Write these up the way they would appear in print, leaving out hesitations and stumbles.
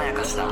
やかしだ。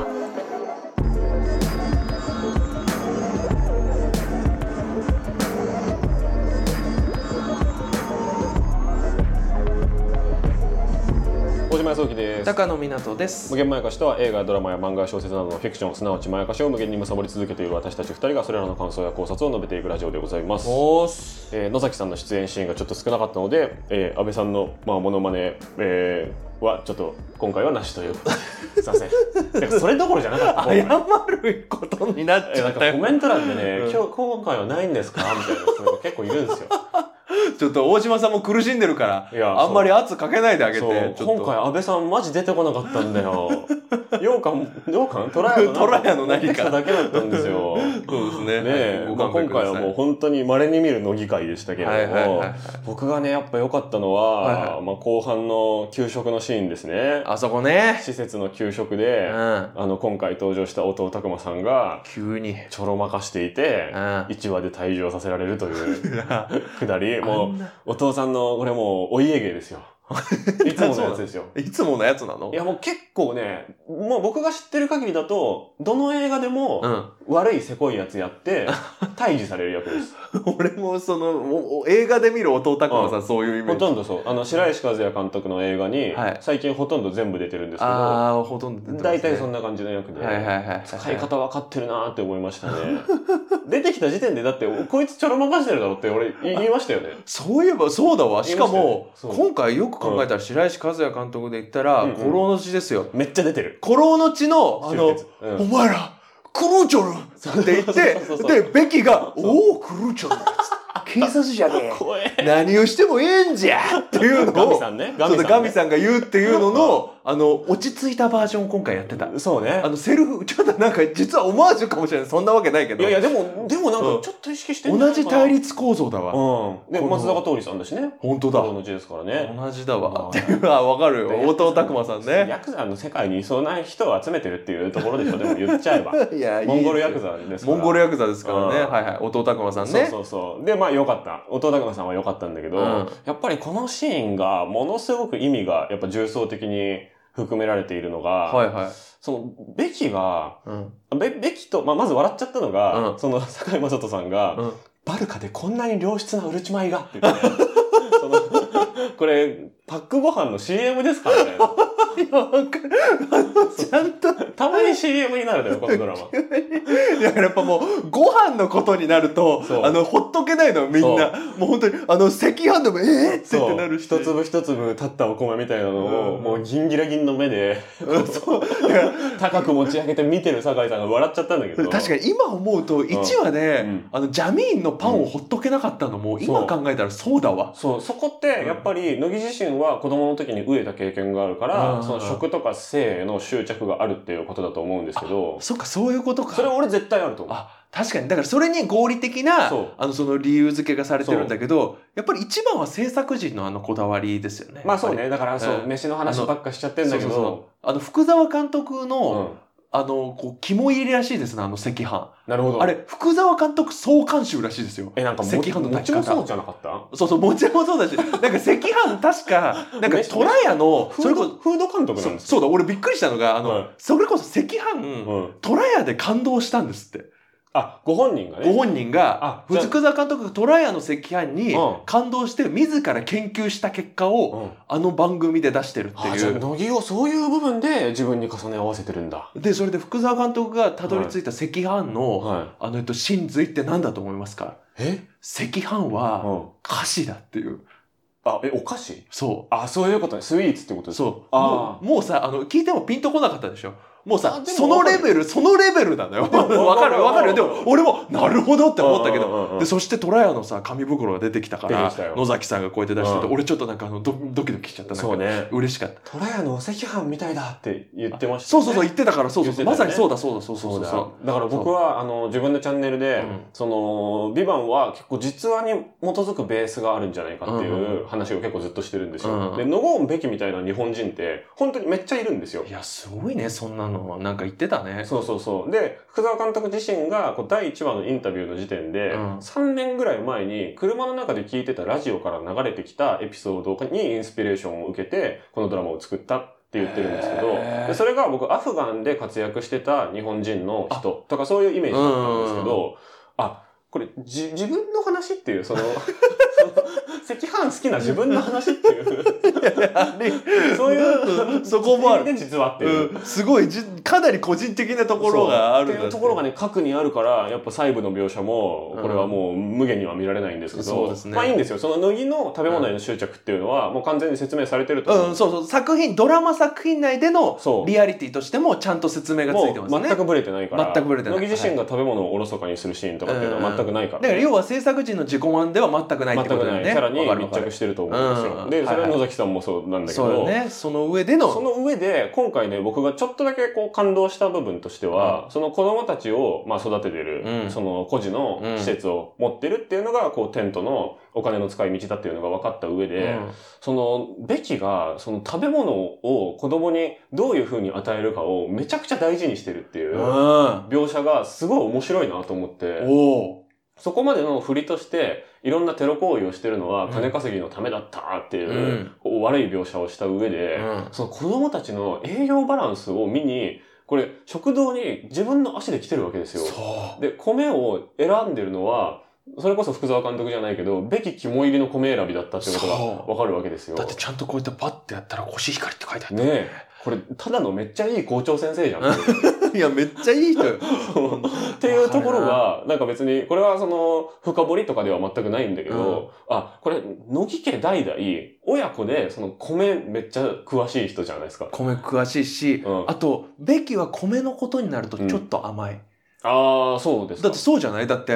大島康之です。 高野湊です。 無限まやかしとは映画、ドラマや漫画、小説などのフィクション、すなわちまやかしを無限に貪り続けている私たち2人がそれらの感想や考察を述べていくラジオでございます。野崎さんの出演シーンがちょっと少なかったので、安倍さんのモノマネ、はちょっと今回はなしというすいません。だからそれどころじゃなかった。 謝ることになっちゃったよ。 コメント欄でね、今回はないんですかみたいな人が結構いるんですよ。 ちょっと大島さんも苦しんでるからあんまり圧かけないであげて。 ちょっと今回安倍さんマジ出てこなかったんだよ。羊羹トラヤの何かだけだったんですよ。 そうですね。 今回はもう本当に稀に見る乃木回でしたけれども、僕がねやっぱ良かったのは、後半の給食のシーンですね。 あそこね。 施設の給食で、今回登場した音尾拓磨さんが急にちょろまかしていて、1話で退場させられるというくだり。もうお父さんのこれもうお家芸ですよ。いつものやつですよ。 いつものやつなの？ いやもう結構ね、もう僕が知ってる限りだと、どの映画でも悪いせこいやつやって退治される役です。 俺もその映画で見る音尾拓磨さん、そういうイメージ。 ほとんどそう。白石和也監督の映画に、最近ほとんど全部出てるんですけど、 ほとんど出てますね。 大体そんな感じの役で、使い方分かってるなーって思いましたね。出てきた時点でだってこいつちょろまかしてるだろって俺言いましたよね。 そういえばそうだわ。しかも今回よく考えたら白石和也監督で言ったら古老の地ですよ。 めっちゃ出てる。 古老の地のお前らクルーチョルって言ってでベキがおおクルーチョル警察じゃねえ何をしてもええんじゃっていうのをガミさんね。 ガミさんが言うっていうのの落ち着いたバージョンを今回やってた。 そうね。 セルフちょっとなんか実はオマージュかもしれない。そんなわけないけど。 いやでもなんかちょっと意識してんじゃないかな。 同じ対立構造だわ。 で松坂桃李さんだしね。 本当だ。 同じですからね。 同じだわ。っていうのはわかるよ。音尾拓磨さんね。 ヤクザの世界にいそうな人を集めてるっていうところでしょ。でも言っちゃえば。 いやモンゴルヤクザですから。 モンゴルヤクザですからね。はいはい。音尾拓磨さんね。 そう。で良かった。音尾拓磨さんは良かったんだけど、やっぱりこのシーンがものすごく意味がやっぱ重層的に含められているのが、そのベキが、ベキと、まず笑っちゃったのが、その堺雅人さんが、バルカでこんなに良質なうるち米がって言って、これパックご飯の CM ですかみたいな。 ちゃんとたまに CM になるのよこのドラマ。 だからやっぱもうご飯のことになるとほっとけないのみんな。もう本当に赤飯でもってなるし、 一粒一粒立ったお米みたいなのをもうギンギラギンの目で高く持ち上げて見てる酒井さんが笑っちゃったんだけど、 確かに今思うと1話でジャミーンのパンをほっとけなかったのも今考えたらそうだわ。 そこってやっぱり乃木自身は子供の時に飢えた経験があるから、その食とか性への執着があるっていうことだと思うんですけど。 そっか、そういうことか。 それ俺絶対あると思う。 確かに。だからそれに合理的なその理由付けがされてるんだけど、やっぱり一番は制作陣のこだわりですよね。 そうね。だから飯の話ばっかしちゃってんだけど、 福沢監督の肝入れらしいですね、赤飯。 なるほど。 あれ、福沢監督総監修らしいですよ。 なんか赤飯の炊き方。もちもそうじゃなかった？ そう、もちもそうだし、なんか赤飯確か、なんかトラヤの、 フード監督なんですそうだ、俺びっくりしたのが、それこそ赤飯、トラヤで感動したんですって。 ご本人がね。 ご本人が、福沢監督がトラヤの赤飯に感動して自ら研究した結果を、番組で出してるっていう。 じゃあ、乃木をそういう部分で自分に重ね合わせてるんだ。 で、それで福沢監督がたどり着いた赤飯の、真髄って何だと思いますか？赤飯は、菓子だっていう。 お菓子？ そう。 そういうことね。スイーツってことですか？ そう。もうさ、聞いてもピンとこなかったでしょ？もうさ、そのレベルなのよ。わかる。でも、俺も、なるほどって思ったけど。で、そしてトラヤのさ、紙袋が出てきたから、野崎さんがこうやって出してて、俺ちょっとなんかドキドキしちゃった。 そうね。 嬉しかった。 トラヤのお赤飯みたいだって言ってましたね。そう、言ってたから、そう。まさにそうだ。だから僕は、自分のチャンネルで、ビバンは結構実話に基づくベースがあるんじゃないかっていう話を結構ずっとしてるんですよ。で、ノゴーン・ベキみたいな日本人って、本当にめっちゃいるんですよ。 いや、すごいね、そんなの。なんか言ってたね。 そう。で、福沢監督自身が第1話のインタビューの時点で、3年ぐらい前に車の中で聞いてたラジオから流れてきたエピソードにインスピレーションを受けて、このドラマを作ったっって言ってるんですけど、でそれが僕アフガンで活躍してた日本人の人とかそういうイメージだったんですけど、これ自分の話っていう、赤飯好きな自分の話っていう、そういう、 そこもある。 実はっていう。 すごい、かなり個人的なところがあるんだっていうところがね、核にあるから、やっぱ細部の描写も、これはもう無限には見られないんですけど、そうですね。まあいいんですよ。その乃木の食べ物への執着っていうのは、もう完全に説明されてると思う。 そう。ドラマ作品内でのリアリティとしてもちゃんと説明がついてますね。 全くブレてないから。 全くブレてない。 乃木自身が食べ物をおろそかにするシーンとかっていうのは全くないから。 だから要は制作時の自己満では全くないってことだよね。 全くない。キャラに密着してると思うんですよ。で、それは野崎さんもそうなんだけど。 そうね。その上で、今回ね、僕がちょっとだけこう感動した部分としては、その子供たちを育ててる、その孤児の施設を持ってるっていうのが、こうテントのお金の使い道だっていうのが分かった上で、ベキがその食べ物を子供にどういう風に与えるかをめちゃくちゃ大事にしてるっていう描写がすごい面白いなと思って、そこまでの振りとして、いろんなテロ行為をしてるのは金稼ぎのためだったっていう、悪い描写をした上で、その子供たちの栄養バランスを見に、これ、食堂に自分の足で来てるわけですよ。で、米を選んでるのは、それこそ福沢監督じゃないけど、べき肝入りの米選びだったっていうことがわかるわけですよ。 だってちゃんとこうやってパッてやったらコシヒカリって書いてあったねえ。これ、ただのめっちゃいい校長先生じゃん。 いや、めっちゃいい人よ。 っていうところが、なんか別に、これは深掘りとかでは全くないんだけど、これ、乃木家代々、親子で、米めっちゃ詳しい人じゃないですか。 米詳しいし、あと、べきは米のことになるとちょっと甘い。 そうですか。 だってそうじゃない？だって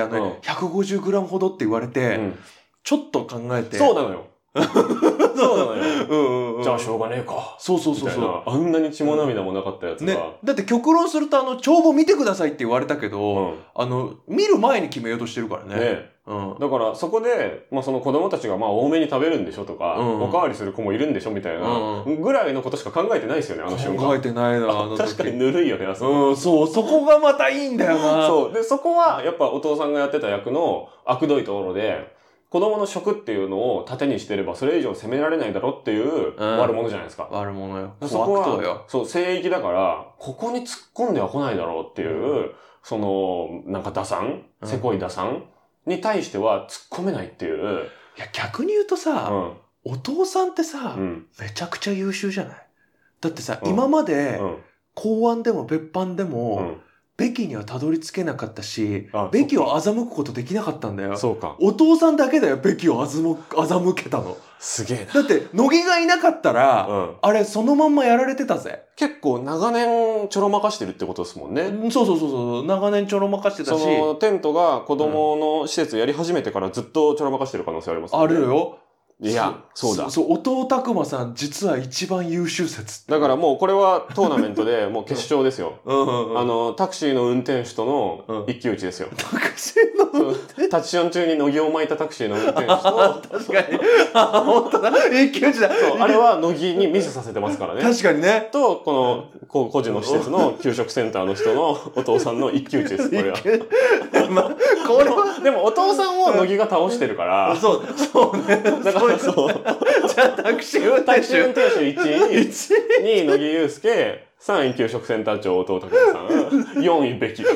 150g ほどって言われて、ちょっと考えて。 そうなのよ。そうなのよ。じゃあしょうがねえか。 そう。 あんなに血も涙もなかったやつが。 だって極論すると帳簿見てくださいって言われたけど、見る前に決めようとしてるからね。 だからそこで、その子供たちが多めに食べるんでしょとか、おかわりする子もいるんでしょみたいな、ぐらいのことしか考えてないですよね、あの瞬間。 考えてないな、 確かにぬるいよね、 そう、そこがまたいいんだよな。 そう。で、そこはやっぱお父さんがやってた役の悪どいところで、子供の食っていうのを盾にしてればそれ以上責められないだろっていう悪者じゃないですか。 悪者よ。 そこは、そう、聖域だから、ここに突っ込んでは来ないだろうっていう、なんか打算、せこい打算に対しては突っ込めないっていう。 いや、逆に言うとさ、お父さんってさ、めちゃくちゃ優秀じゃない？だってさ、今まで、公安でも別班でも、べきにはたどり着けなかったし、べきを欺くことできなかったんだよ。 そうか。 お父さんだけだよ、べきを欺けたの。 すげえな。 だって、乃木がいなかったら、あれ、そのまんまやられてたぜ。 結構長年ちょろまかしてるってことですもんね。 そう。長年ちょろまかしてたし。 テントが子供の施設やり始めてからずっとちょろまかしてる可能性ありますね。 あるよ。 いや、そうだ。 そう、音尾拓馬さん、実は一番優秀説。 だからもうこれはトーナメントでもう決勝ですよ。タクシーの運転手との一騎打ちですよ。 タクシーの運転手タッチション中に乃木を巻いたタクシーの運転手と。 確かに。本当だ。一騎打ちだ。 そう、あれは乃木にミスさせてますからね。 確かにね。 と、この、孤児の施設の給食センターの人のお父さんの一騎打ちです、これは。これは。でもお父さんを乃木が倒してるから。 そうね。だからそう。じゃあタクシー運転手 1位、2位乃木憂介、3位給食センター長弟拓也さん、4位べき。意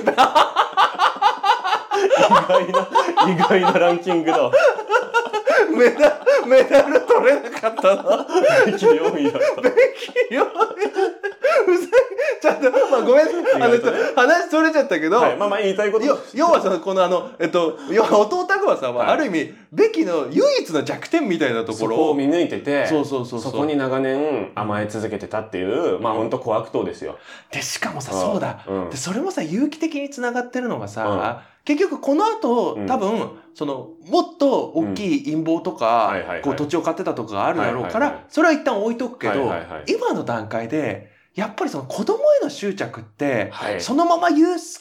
外なランキングだ。 メダル取れなかったな。 べき4位だった。 べき4位。ちょっと、ごめん、話それちゃったけど、 言いたいこと。 要はさ、この要は弟拓馬さんは、ある意味、べきの唯一の弱点みたいなところを見抜いてて、 そこに長年甘え続けてたっていう、ほんと小悪党ですよ。 で、しかもさ、そうだ。で、それもさ、有機的に繋がってるのがさ、結局この後、多分、もっと大きい陰謀とか、土地を買ってたとかがあるだろうから、それは一旦置いとくけど、今の段階で、やっぱり子供への執着って、そのまま祐介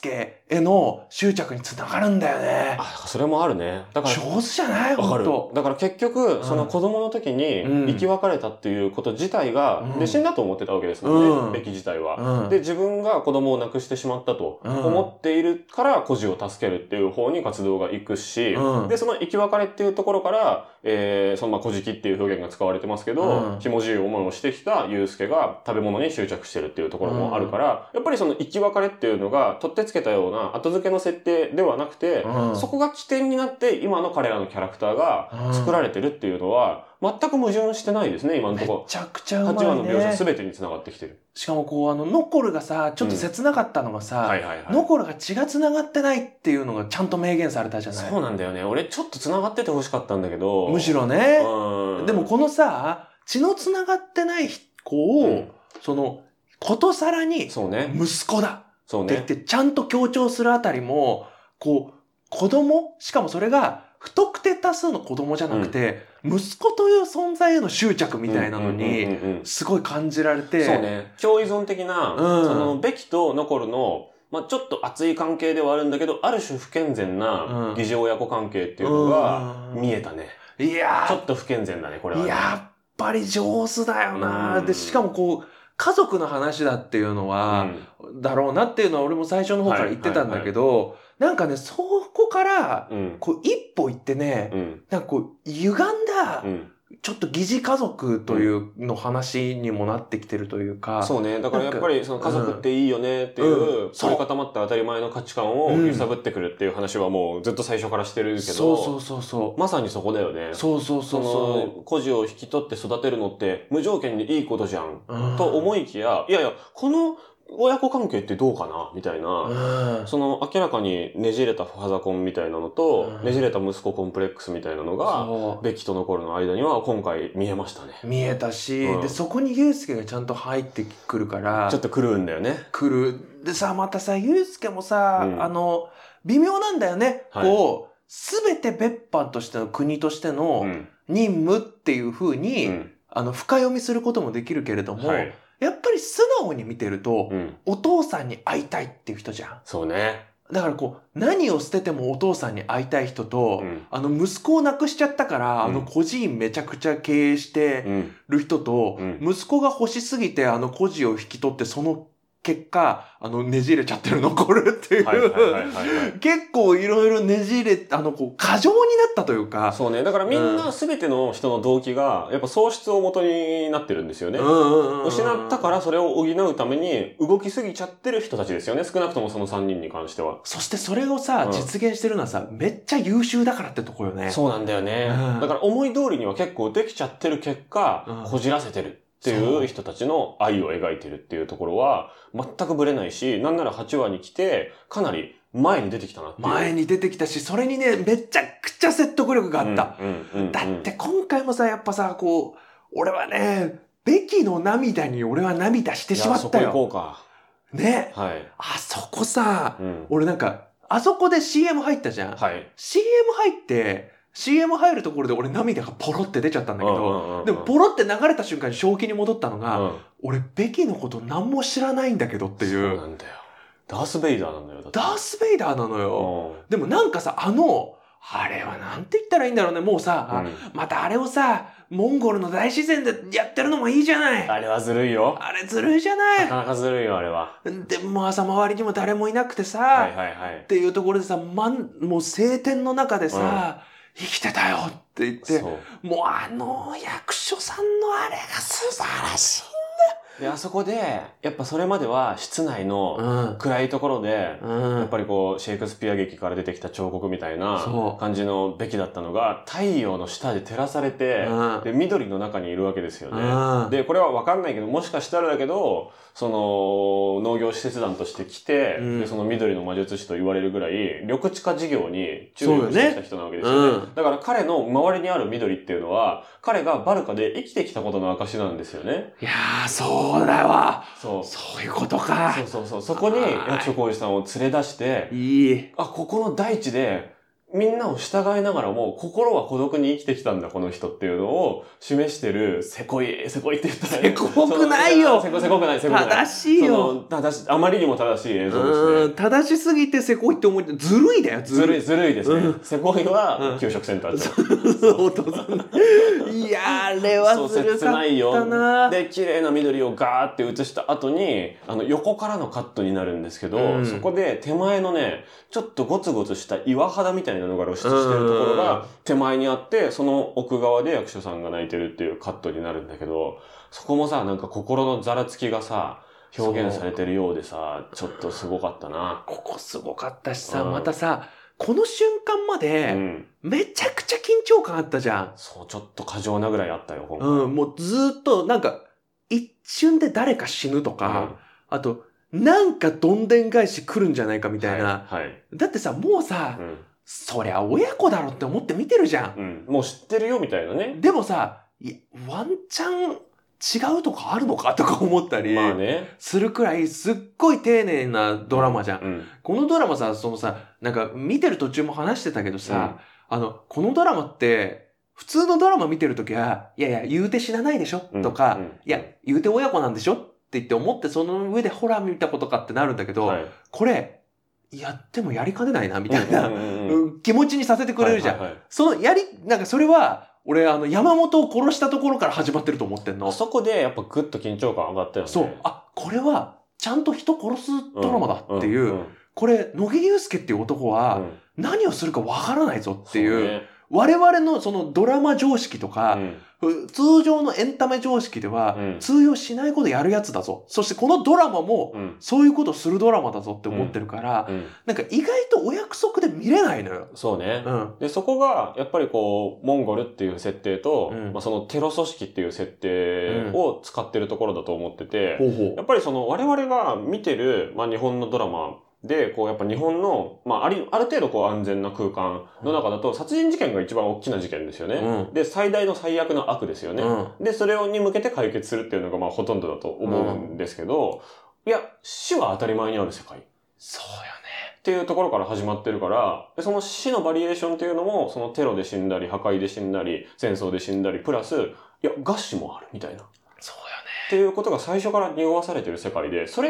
への執着につながるんだよね。 それもあるね。だから上手じゃない？ わかる。だから結局、その子供の時に生き別れたっていうこと自体が、で、死んだと思ってたわけですもんね、ベキ自体は。で、自分が子供を亡くしてしまったと思っているから、孤児を助けるっていう方に活動が行くし、で、その生き別れっていうところから、その孤児期っていう表現が使われてますけど、ひもじい思いをしてきたユウスケが食べ物に執着してるっていうところもあるから、やっぱりその生き別れっていうのが取ってつけたような後付けの設定ではなくて、そこが起点になって今の彼らのキャラクターが作られてるっていうのは、全く矛盾してないですね、今のところ。 めちゃくちゃうまいね。 8話の描写全てに繋がってきてる。 しかもこう、ノコルがさ、ちょっと切なかったのがさ、ノコルが血が繋がってないっていうのがちゃんと明言されたじゃない？ そうなんだよね。俺ちょっと繋がってて欲しかったんだけど。 むしろね。でもこのさ、血の繋がってない子を、その、ことさらに、息子だって言ってちゃんと強調するあたりも、こう、子供、しかもそれが不特定多数の子供じゃなくて、息子という存在への執着みたいなのに、すごい感じられて。 そうね。共依存的な、その、ベキとノコルの、ちょっと熱い関係ではあるんだけど、ある種不健全な疑似親子関係っていうのが見えたね。 いやー。 ちょっと不健全だね、これは、ね。 やっぱり上手だよな。で、しかもこう、家族の話だっていうのは、だろうなっていうのは俺も最初の方から言ってたんだけど、なんかね、そこから、こう一歩行ってね、なんかこう、歪んだ、ちょっと疑似家族というの話にもなってきてるというか。 そうね。だからやっぱりその家族っていいよねっていう、それ固まった当たり前の価値観を揺さぶってくるっていう話はもうずっと最初からしてるけど。そう。まさにそこだよね。 その孤児を引き取って育てるのって無条件にいいことじゃん。と思いきや、いやいや、この親子関係ってどうかなみたいな、その明らかにねじれたファザコンみたいなのと、ねじれた息子コンプレックスみたいなのが、ベキとノコルの間には今回見えましたね。 見えたし、で、そこにユウスケがちゃんと入ってくるから。 ちょっと来るんだよね。 来る。でさ、またさ、ユウスケもさ、微妙なんだよね。こう、すべて別班としての国としての任務っていう風に、深読みすることもできるけれども、やっぱり素直に見てると、お父さんに会いたいっていう人じゃん。 そうね。 だからこう、何を捨ててもお父さんに会いたい人と、息子を亡くしちゃったから、孤児院めちゃくちゃ経営してる人と、息子が欲しすぎて孤児を引き取って、その結果、ねじれちゃってる残るっていう。結構いろいろねじれ、こう、過剰になったというか。 そうね。だからみんな全ての人の動機が、やっぱ喪失を元になってるんですよね。失ったからそれを補うために動きすぎちゃってる人たちですよね。少なくともその3人に関しては。 そしてそれをさ、実現してるのはさ、めっちゃ優秀だからってとこよね。 そうなんだよね。だから思い通りには結構できちゃってる結果、こじらせてる。っていう人たちの愛を描いてるっていうところは全くブレないし、なんなら8話に来てかなり前に出てきたなっていう。 前に出てきたし、それにね、めちゃくちゃ説得力があった。だって今回もさ、やっぱさ、こう、俺はね、ベキの涙に俺は涙してしまったよ。 そこ行こうか。 ね。 はい。 あそこさ、俺なんか、あそこで CM 入ったじゃん。 はい。 CM 入って、CM 入るところで俺涙がポロって出ちゃったんだけど、でもポロって流れた瞬間に正気に戻ったのが、俺ベキのこと何も知らないんだけどっていう。 そうなんだよ。ダース・ベイダーなんだよ。 ダース・ベイダーなのよ。でもなんかさ、あれはなんて言ったらいいんだろうね。もうさ、またあれをさ、モンゴルの大自然でやってるのもいいじゃない。 あれはずるいよ。 あれずるいじゃない。 なかなかずるいよ、あれは。 でも朝周りにも誰もいなくてさ、っていうところでさ、もう晴天の中でさ、生きてたよって言って、もう役所さんのあれが素晴らしいんだよ。 で、あそこで、やっぱそれまでは室内の暗いところで、やっぱりこう、シェイクスピア劇から出てきた彫刻みたいな感じのべきだったのが、太陽の下で照らされて、で、緑の中にいるわけですよね。で、これはわかんないけど、もしかしたらだけど、その、農業使節団として来て、で、その緑の魔術師と言われるぐらい、緑地化事業に注力してきた人なわけですよね。だから彼の周りにある緑っていうのは、彼がバルカで生きてきたことの証なんですよね。 いやー、そうだわ。そういうことか。 そこに役所広司さんを連れ出して、ここの大地で、 みんなを従いながらも、心は孤独に生きてきたんだ、この人っていうのを示してる、せこいって言ったら、 せこくないよ。 せこくない。 正しいよ。 あまりにも正しい映像ですね。 正しすぎてせこいって思って、ずるいだよ、 ずるいですね。せこいは、給食センターそう、いやー、あれはずるかったな。 で、綺麗な緑をガーって映した後に、横からのカットになるんですけど、そこで手前のね、ちょっとゴツゴツした岩肌みたいなのが露出してるところが手前にあって、その奥側で役所さんが泣いてるっていうカットになるんだけど、そこもさ、なんか心のざらつきがさ、表現されてるようでさ、ちょっとすごかったな。 ここすごかったしさ、またさ、この瞬間まで、めちゃくちゃ緊張感あったじゃん。 そう、ちょっと過剰なぐらいあったよ、今回。 もうずっと、なんか、一瞬で誰か死ぬとか、あと、なんかどんでん返し来るんじゃないかみたいな。だってさ、もうさ、そりゃ親子だろって思って見てるじゃん。 もう知ってるよみたいなね。 でもさ、ワンチャン違うとかあるのかとか思ったり、するくらいすっごい丁寧なドラマじゃん。このドラマさ、なんか見てる途中も話してたけどさ、このドラマって、普通のドラマ見てるときは、いや、言うて死なないでしょとか、いや、言うて親子なんでしょって言って思って、その上でホラー見たことかってなるんだけど、これ、やってもやりかねないな、みたいな気持ちにさせてくれるじゃん。なんかそれは、俺、山本を殺したところから始まってると思ってんの。 そこでやっぱグッと緊張感上がったよね。 そう。これは、ちゃんと人殺すドラマだっていう、これ、野木隆介っていう男は、何をするかわからないぞっていう、我々のそのドラマ常識とか、通常のエンタメ常識では通用しないことやるやつだぞ。そしてこのドラマもそういうことするドラマだぞって思ってるから、なんか意外とお約束で見れないのよ。 そうね。で、そこがやっぱりこう、モンゴルっていう設定と、そのテロ組織っていう設定を使ってるところだと思ってて、やっぱりその我々が見てる、日本のドラマ、で、こうやっぱ日本の、ある程度こう安全な空間の中だと殺人事件が一番大きな事件ですよね。で、最大の最悪の悪ですよね。で、それに向けて解決するっていうのがほとんどだと思うんですけど、いや、死は当たり前にある世界。 そうよね。 っていうところから始まってるから、その死のバリエーションっていうのも、そのテロで死んだり、破壊で死んだり、戦争で死んだり、プラス、いや、餓死もあるみたいな。 そうよね。 っていうことが最初から匂わされてる世界で、それって、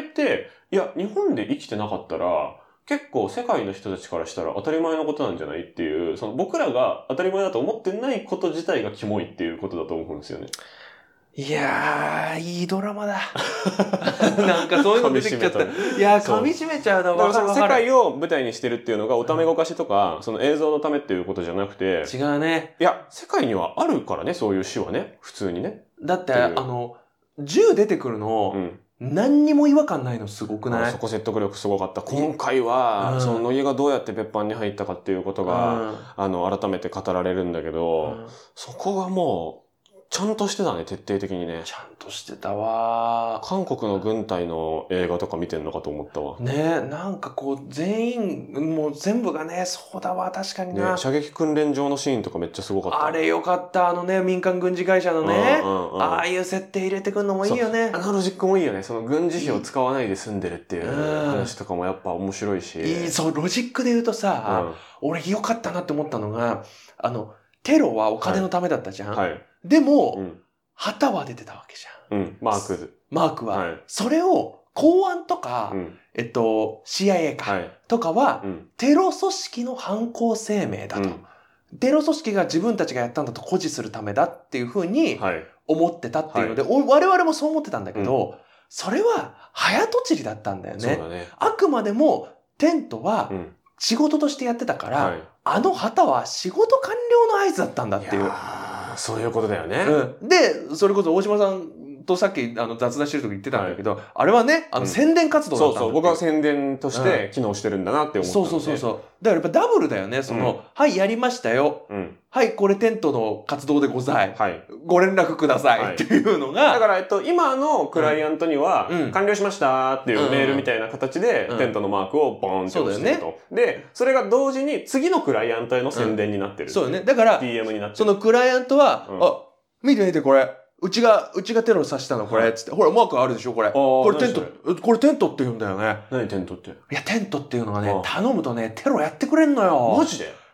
いや、日本で生きてなかったら、結構世界の人たちからしたら当たり前のことなんじゃないっていう、その僕らが当たり前だと思ってないこと自体がキモいっていうことだと思うんですよね。 いやー、いいドラマだ。なんかそういうの出てきちゃった。いやー、噛み締めちゃうな。 だから世界を舞台にしてるっていうのがおためごかしとか、その映像のためっていうことじゃなくて。 違うね。 いや、世界にはあるからね、そういう死はね。普通にね。 だって、銃出てくるの、何にも違和感ないのすごくない？ そこ説得力すごかった。今回は、その乃木がどうやって別班に入ったかっていうことが、改めて語られるんだけど、そこがもう、ちゃんとしてたね、徹底的にね。 ちゃんとしてたわ。 韓国の軍隊の映画とか見てんのかと思ったわ。 ねえ、なんかこう、全員、もう全部がね、そうだわ、確かにな。 ね、射撃訓練場のシーンとかめっちゃすごかった。 あれよかった、民間軍事会社のね、ああいう設定入れてくんのもいいよね。 ロジックもいいよね。その軍事費を使わないで済んでるっていう話とかもやっぱ面白いし。 そう、ロジックで言うとさ、俺よかったなって思ったのが、テロはお金のためだったじゃん。はい。でも、旗は出てたわけじゃん。 マーク。 マークは。それを、公安とか、CIA か、とかは、テロ組織の犯行声明だと。テロ組織が自分たちがやったんだと誇示するためだっていうふうに思ってたっていうので、我々もそう思ってたんだけど、それは早とちりだったんだよね。そうだね。あくまでもテントは仕事としてやってたから、あの旗は仕事完了の合図だったんだっていう。 そういうことだよね。 で、それこそ大島さんとさっき雑談してる時言ってたんだけど、あれはね、宣伝活動だったんだ。 そうそう、僕は宣伝として機能してるんだなって思ったんで。 そう。だからやっぱダブルだよね。はい、やりましたよ。はい、これテントの活動でござい。はい。ご連絡ください。っていうのが。 だから、今のクライアントには、完了しましたっていうメールみたいな形で、テントのマークをボーンって押してると。で、それが同時に次のクライアントへの宣伝になってる。 そうよね。だから、 DM になってる。 そのクライアントは、見てこれ。うちがテロさせたのこれ、つって。ほら、マークあるでしょこれ。これテントって言うんだよね。 何テントって？ いや、テントっていうのはね、頼むとね、テロやってくれんのよ。 マジで？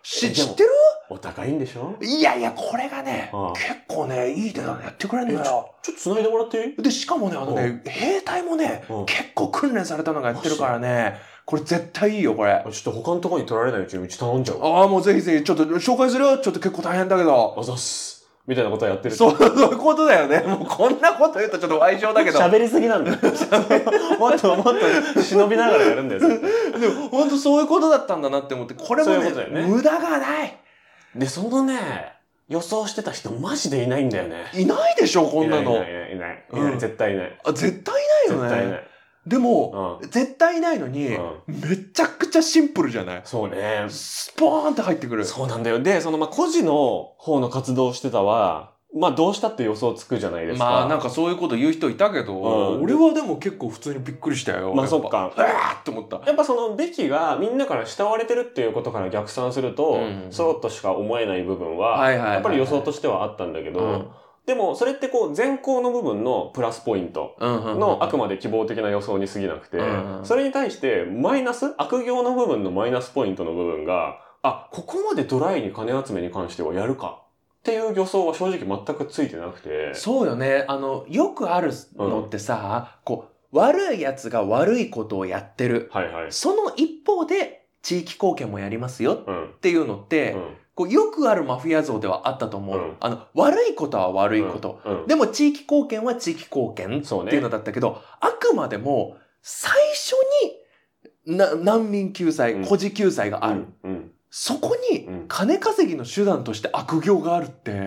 知ってる？ お高いんでしょ？ いやいや、これがね、結構ね、いい手だね、やってくれんのよ。 ちょっと繋いでもらっていい？ で、しかもね、兵隊もね、結構訓練されたのがやってるからね、これ絶対いいよ、これ。 ちょっと他のとこに取られないうちにうち頼んじゃう。 もうぜひぜひ、ちょっと紹介するよ。ちょっと結構大変だけど。 あざっす。みたいなことやってる。 そういうことだよね。もうこんなこと言うとちょっと賠償だけど。 喋りすぎなんだよ。もっと忍びながらやるんだよ。 でも本当そういうことだったんだなって思って、これもね、無駄がない。 で、そのね、予想してた人マジでいないんだよね。 いないでしょ、こんなの。 いない。絶対いない。 絶対いないよね。絶対いない。でも、絶対いないのに、めちゃくちゃシンプルじゃない？ そうね。 スポーンって入ってくる。 そうなんだよ。で、個人の方の活動してたは、どうしたって予想つくじゃないですか。 なんかそういうこと言う人いたけど、俺はでも結構普通にびっくりしたよ。 そっか。 って思った。 やっぱベキがみんなから慕われてるっていうことから逆算すると、そうとしか思えない部分は、やっぱり予想としてはあったんだけど、でも、それって前項の部分のプラスポイントのあくまで希望的な予想に過ぎなくて、それに対して悪行の部分のマイナスポイントの部分が、ここまでドライに金集めに関してはやるかっていう予想は正直全くついてなくて。 そうよね。よくあるのってさ、悪い奴が悪いことをやってる。その一方で地域貢献もやりますよっていうのって、よくあるマフィア像ではあったと思う。悪いことは悪いこと。でも地域貢献は地域貢献っていうのだったけど、あくまでも最初に難民救済、孤児救済がある。そこに金稼ぎの手段として悪行があるって、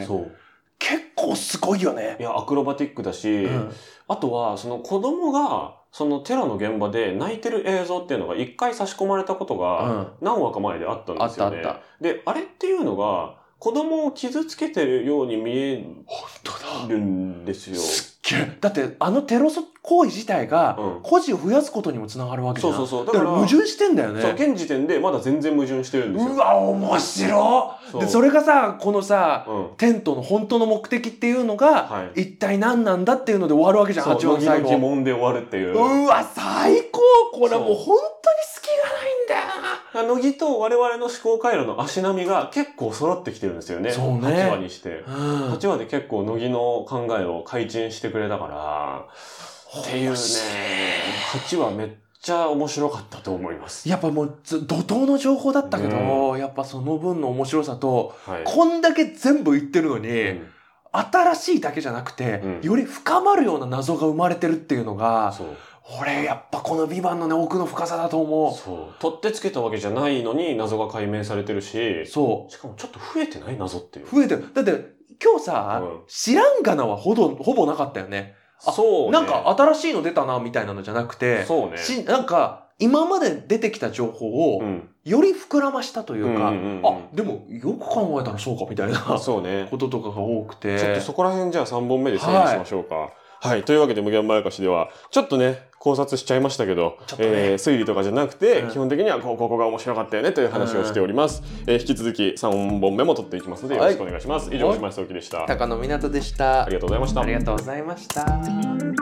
結構すごいよね。 いや、アクロバティックだし、あとは子供がテロの現場で泣いてる映像っていうのが一回差し込まれたことが何話か前であったんですよね。で、あれっていうのが子供を傷つけてるように見えるんですよ。 すっげえ。だってテロ行為自体が孤児を増やすことにもつながるわけじゃん。だから矛盾してんだよね。 そう、現時点でまだ全然矛盾してるんですよ。 うわ、面白い。で、それがさ、このさ、テントの本当の目的っていうのが、一体何なんだっていうので終わるわけじゃん、8話最後。 疑問で終わるっていう。 うわ、最高。これもう本当に隙がないんだよな。 乃木と我々の思考回路の足並みが結構揃ってきてるんですよね。 そうね。 8話にして。8話で結構乃木の考えを開陳してくれたから、っていうね、8話めっちゃ面白かったと思います。 やっぱもう怒涛の情報だったけど、やっぱその分の面白さと、こんだけ全部言ってるのに、新しいだけじゃなくて、より深まるような謎が生まれてるっていうのが、俺やっぱこのヴィヴァンのね、奥の深さだと思う。 そう。取ってつけたわけじゃないのに謎が解明されてるし、そう。しかもちょっと増えてない謎っていう。 増えてる。だって今日さ、知らんがなはほぼなかったよね。 そうね。 なんか新しいの出たなみたいなのじゃなくて、 そうね。 なんか今まで出てきた情報をより膨らましたというか、でもよく考えたらそうかみたいなそうね。こととかが多くて。 ちょっとそこら辺じゃあ3本目で整理しましょうか。はい。というわけで無限まやかしでは、ちょっとね、考察しちゃいましたけど、推理とかじゃなくて、基本的にはここが面白かったよねという話をしております。引き続き3本目も撮っていきますのでよろしくお願いします。以上、島下幸でした。 高野湊でした。 ありがとうございました。 ありがとうございました。